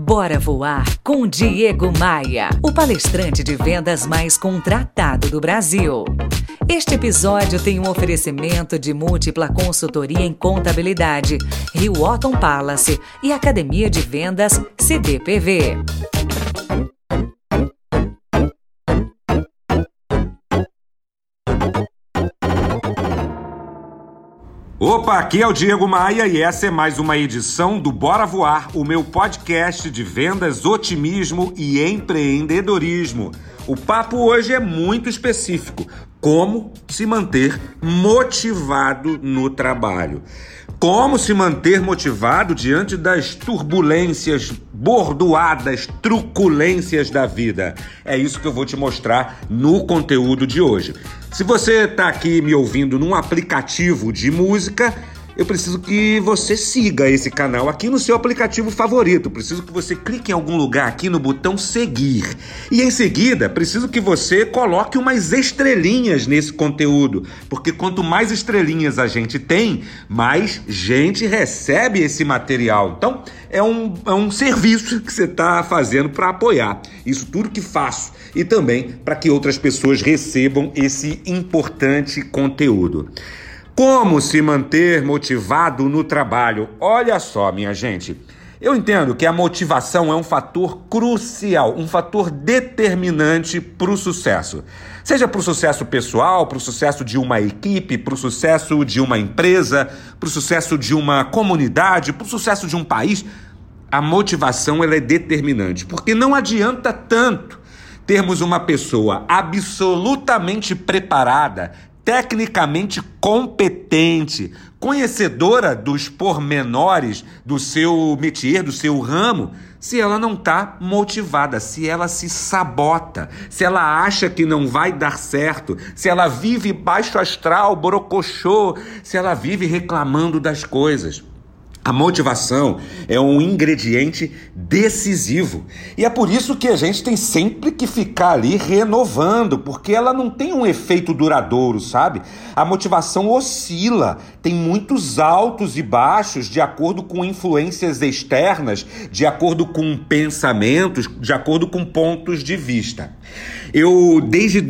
Bora Voar com Diego Maia, o palestrante de vendas mais contratado do Brasil. Este episódio tem um oferecimento de Múltipla Consultoria em Contabilidade, Rio Otton Palace e Academia de Vendas CDPV. Opa, aqui é o Diego Maia e essa é mais uma edição do Bora Voar, o meu podcast de vendas, otimismo e empreendedorismo. O papo hoje é muito específico: como se manter motivado no trabalho. Como se manter motivado diante das turbulências, bordoadas, truculências da vida. É isso que eu vou te mostrar no conteúdo de hoje. Se você está aqui me ouvindo num aplicativo de música, eu preciso que você siga esse canal aqui no seu aplicativo favorito. Preciso que você clique em algum lugar aqui no botão seguir. E em seguida, preciso que você coloque umas estrelinhas nesse conteúdo. Porque quanto mais estrelinhas a gente tem, mais gente recebe esse material. Então, é um serviço que você está fazendo para apoiar isso tudo que faço. E também para que outras pessoas recebam esse importante conteúdo. Como se manter motivado no trabalho? Olha só, minha gente, eu entendo que a motivação é um fator crucial, um fator determinante para o sucesso. Seja para o sucesso pessoal, para o sucesso de uma equipe, para o sucesso de uma empresa, para o sucesso de uma comunidade, para o sucesso de um país. A motivação ela é determinante, porque não adianta tanto termos uma pessoa absolutamente preparada, tecnicamente competente, conhecedora dos pormenores do seu métier, do seu ramo, se ela não está motivada, se ela se sabota, se ela acha que não vai dar certo, se ela vive baixo astral, borocochô, se ela vive reclamando das coisas. A motivação é um ingrediente decisivo e é por isso que a gente tem sempre que ficar ali renovando, porque ela não tem um efeito duradouro, sabe? A motivação oscila, tem muitos altos e baixos de acordo com influências externas, de acordo com pensamentos, de acordo com pontos de vista. Eu, desde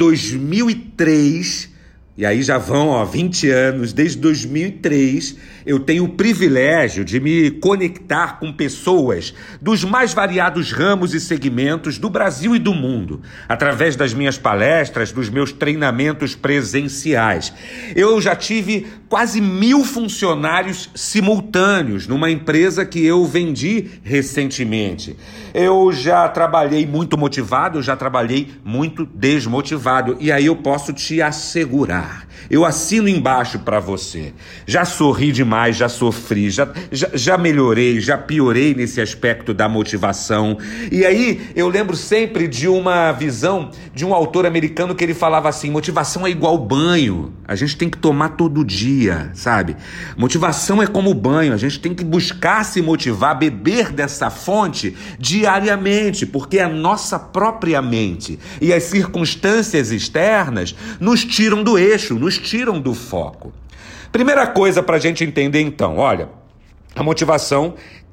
2003... E aí já vão 20 anos, desde 2003, eu tenho o privilégio de me conectar com pessoas dos mais variados ramos e segmentos do Brasil e do mundo, através das minhas palestras, dos meus treinamentos presenciais. Eu já tive quase 1.000 funcionários simultâneos numa empresa que eu vendi recentemente. Eu já trabalhei muito motivado, eu já trabalhei muito desmotivado. E aí eu posso te assegurar, eu assino embaixo para você. Já sorri demais, já sofri, já melhorei, já piorei nesse aspecto da motivação. E aí eu lembro sempre de uma visão de um autor americano que ele falava assim: motivação é igual banho, a gente tem que tomar todo dia, sabe? Motivação é como banho, a gente tem que buscar se motivar, beber dessa fonte diariamente, porque é a nossa própria mente e as circunstâncias externas nos tiram do eixo, nos tiram do foco. Primeira coisa para a gente entender então, olha, a motivação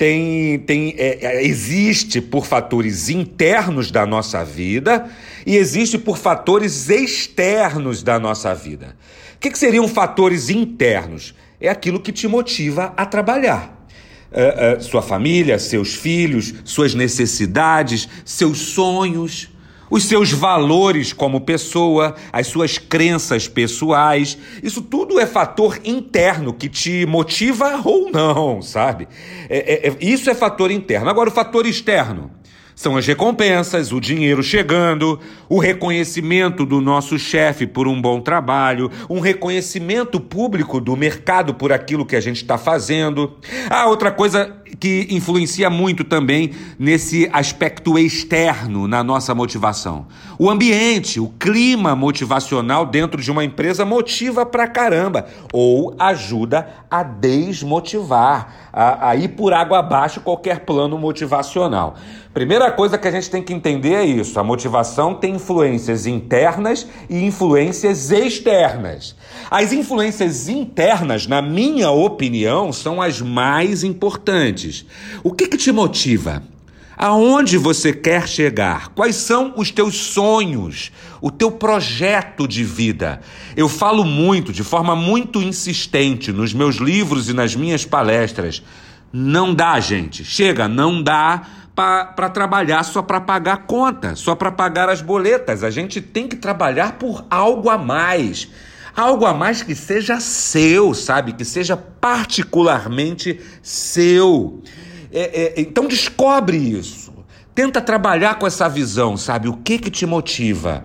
existe por fatores internos da nossa vida e existe por fatores externos da nossa vida. O que seriam fatores internos? É aquilo que te motiva a trabalhar. Sua família, seus filhos, suas necessidades, seus sonhos, os seus valores como pessoa, as suas crenças pessoais. Isso tudo é fator interno que te motiva ou não, sabe? Isso é fator interno. Agora, o fator externo são as recompensas, o dinheiro chegando, o reconhecimento do nosso chefe por um bom trabalho, um reconhecimento público do mercado por aquilo que a gente está fazendo. Outra coisa que influencia muito também nesse aspecto externo na nossa motivação. O ambiente, o clima motivacional dentro de uma empresa motiva pra caramba ou ajuda a desmotivar, a ir por água abaixo qualquer plano motivacional. Primeira coisa que a gente tem que entender é isso: a motivação tem influências internas e influências externas. As influências internas, na minha opinião, são as mais importantes. O que te motiva? Aonde você quer chegar? Quais são os teus sonhos? O teu projeto de vida? Eu falo muito, de forma muito insistente, nos meus livros e nas minhas palestras. Não dá, gente. Chega, não dá para trabalhar só para pagar a conta, só para pagar as boletas. A gente tem que trabalhar por algo a mais. Algo a mais que seja seu, sabe? Que seja particularmente seu. Então descobre isso. Tenta trabalhar com essa visão, sabe? O que te motiva?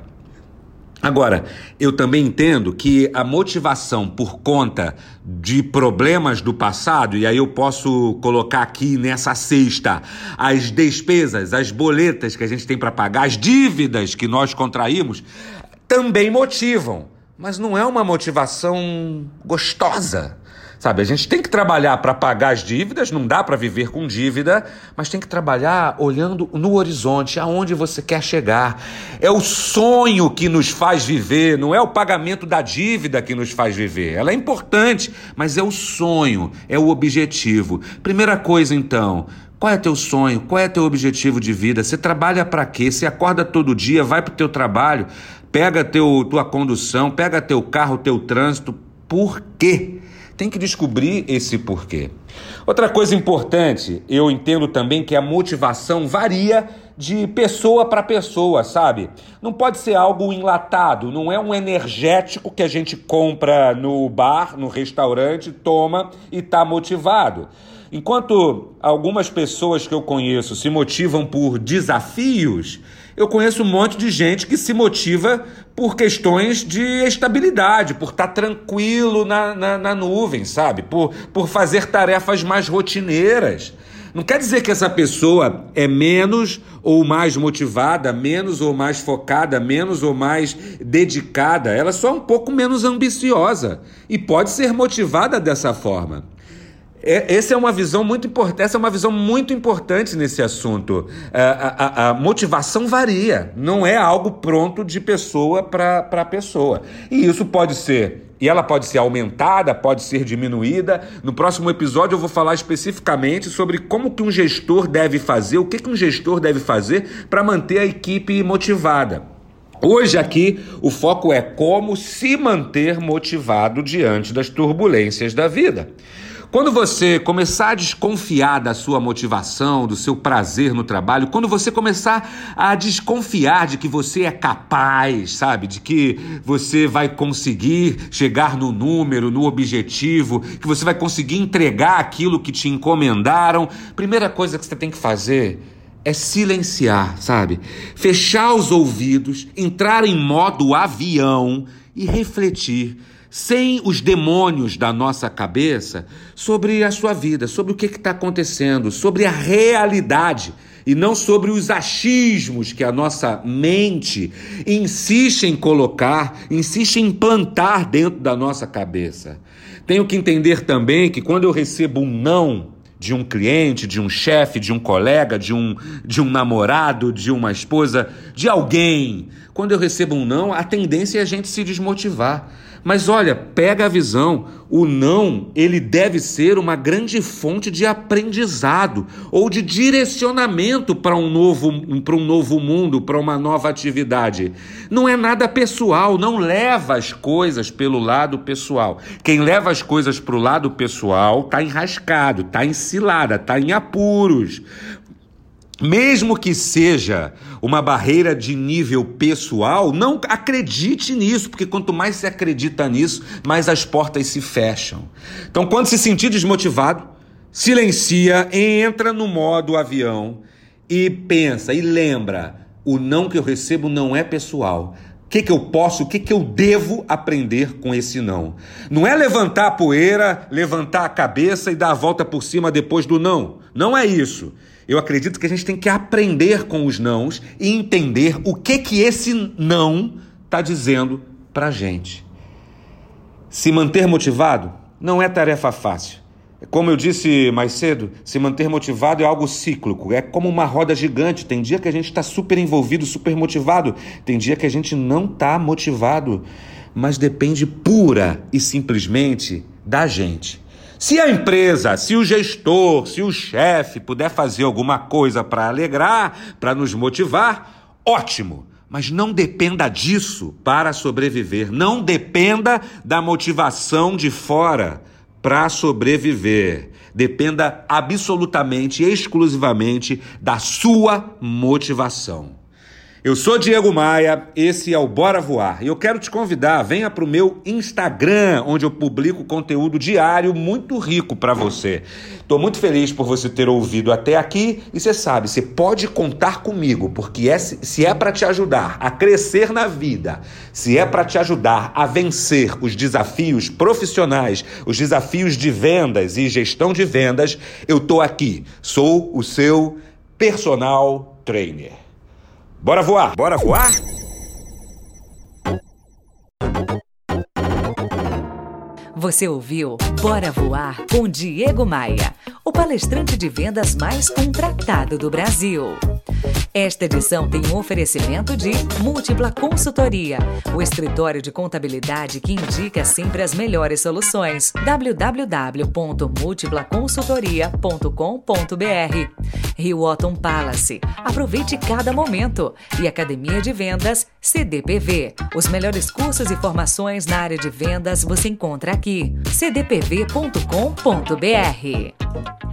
Agora, eu também entendo que a motivação por conta de problemas do passado, e aí eu posso colocar aqui nessa cesta as despesas, as boletas que a gente tem para pagar, as dívidas que nós contraímos, também motivam. Mas não é uma motivação gostosa, sabe? A gente tem que trabalhar para pagar as dívidas, não dá para viver com dívida, mas tem que trabalhar olhando no horizonte, aonde você quer chegar. É o sonho que nos faz viver, não é o pagamento da dívida que nos faz viver. Ela é importante, mas é o sonho, é o objetivo. Primeira coisa, então, qual é teu sonho? Qual é teu objetivo de vida? Você trabalha para quê? Você acorda todo dia, vai para o teu trabalho, pega tua condução, pega teu carro, teu trânsito. Por quê? Tem que descobrir esse porquê. Outra coisa importante, eu entendo também que a motivação varia de pessoa para pessoa, sabe? Não pode ser algo enlatado, não é um energético que a gente compra no bar, no restaurante, toma e está motivado. Enquanto algumas pessoas que eu conheço se motivam por desafios, eu conheço um monte de gente que se motiva por questões de estabilidade, por estar tranquilo na nuvem, sabe? Por fazer tarefas mais rotineiras. Não quer dizer que essa pessoa é menos ou mais motivada, menos ou mais focada, menos ou mais dedicada. Ela é só um pouco menos ambiciosa e pode ser motivada dessa forma. Essa é uma visão muito importante nesse assunto. A motivação varia, não é algo pronto de pessoa para pessoa. E isso pode ser, e ela pode ser aumentada, pode ser diminuída. No próximo episódio eu vou falar especificamente sobre como que um gestor deve fazer, o que um gestor deve fazer para manter a equipe motivada. Hoje aqui o foco é como se manter motivado diante das turbulências da vida. Quando você começar a desconfiar da sua motivação, do seu prazer no trabalho, quando você começar a desconfiar de que você é capaz, sabe? De que você vai conseguir chegar no número, no objetivo, que você vai conseguir entregar aquilo que te encomendaram, primeira coisa que você tem que fazer é silenciar, sabe? Fechar os ouvidos, entrar em modo avião e refletir, sem os demônios da nossa cabeça, sobre a sua vida, sobre o que está acontecendo, sobre a realidade e não sobre os achismos que a nossa mente insiste em colocar, insiste em implantar dentro da nossa cabeça. Tenho que entender também que quando eu recebo um não de um cliente, de um chefe, de um colega, de um namorado, de uma esposa, de alguém, quando eu recebo um não, a tendência é a gente se desmotivar. Mas olha, pega a visão, o não, ele deve ser uma grande fonte de aprendizado ou de direcionamento para um novo mundo, para uma nova atividade. Não é nada pessoal, não leva as coisas pelo lado pessoal. Quem leva as coisas para o lado pessoal está enrascado, está em cilada, está em apuros. Mesmo que seja uma barreira de nível pessoal, não acredite nisso, porque quanto mais você acredita nisso, mais as portas se fecham. Então, quando se sentir desmotivado, silencia, entra no modo avião e pensa, e lembra, o não que eu recebo não é pessoal. O que eu devo aprender com esse não? Não é levantar a poeira, levantar a cabeça e dar a volta por cima depois do não. Não é isso. Eu acredito que a gente tem que aprender com os nãos e entender o que esse não está dizendo para a gente. Se manter motivado não é tarefa fácil. Como eu disse mais cedo, se manter motivado é algo cíclico, é como uma roda gigante. Tem dia que a gente está super envolvido, super motivado. Tem dia que a gente não está motivado, mas depende pura e simplesmente da gente. Se a empresa, se o gestor, se o chefe puder fazer alguma coisa para alegrar, para nos motivar, ótimo. Mas não dependa disso para sobreviver. Não dependa da motivação de fora para sobreviver. Dependa absolutamente, exclusivamente da sua motivação. Eu sou Diego Maia, esse é o Bora Voar. E eu quero te convidar, venha para o meu Instagram, onde eu publico conteúdo diário muito rico para você. Estou muito feliz por você ter ouvido até aqui e você sabe, você pode contar comigo, porque se é para te ajudar a crescer na vida, se é para te ajudar a vencer os desafios profissionais, os desafios de vendas e gestão de vendas, eu estou aqui. Sou o seu personal trainer. Bora voar! Bora voar? Você ouviu Bora Voar com Diego Maia, o palestrante de vendas mais contratado do Brasil. Esta edição tem um oferecimento de Múltipla Consultoria, o escritório de contabilidade que indica sempre as melhores soluções. www.multiplaconsultoria.com.br. Rio Otton Palace. Aproveite cada momento. E Academia de Vendas CDPV. Os melhores cursos e formações na área de vendas você encontra aqui. cdpv.com.br.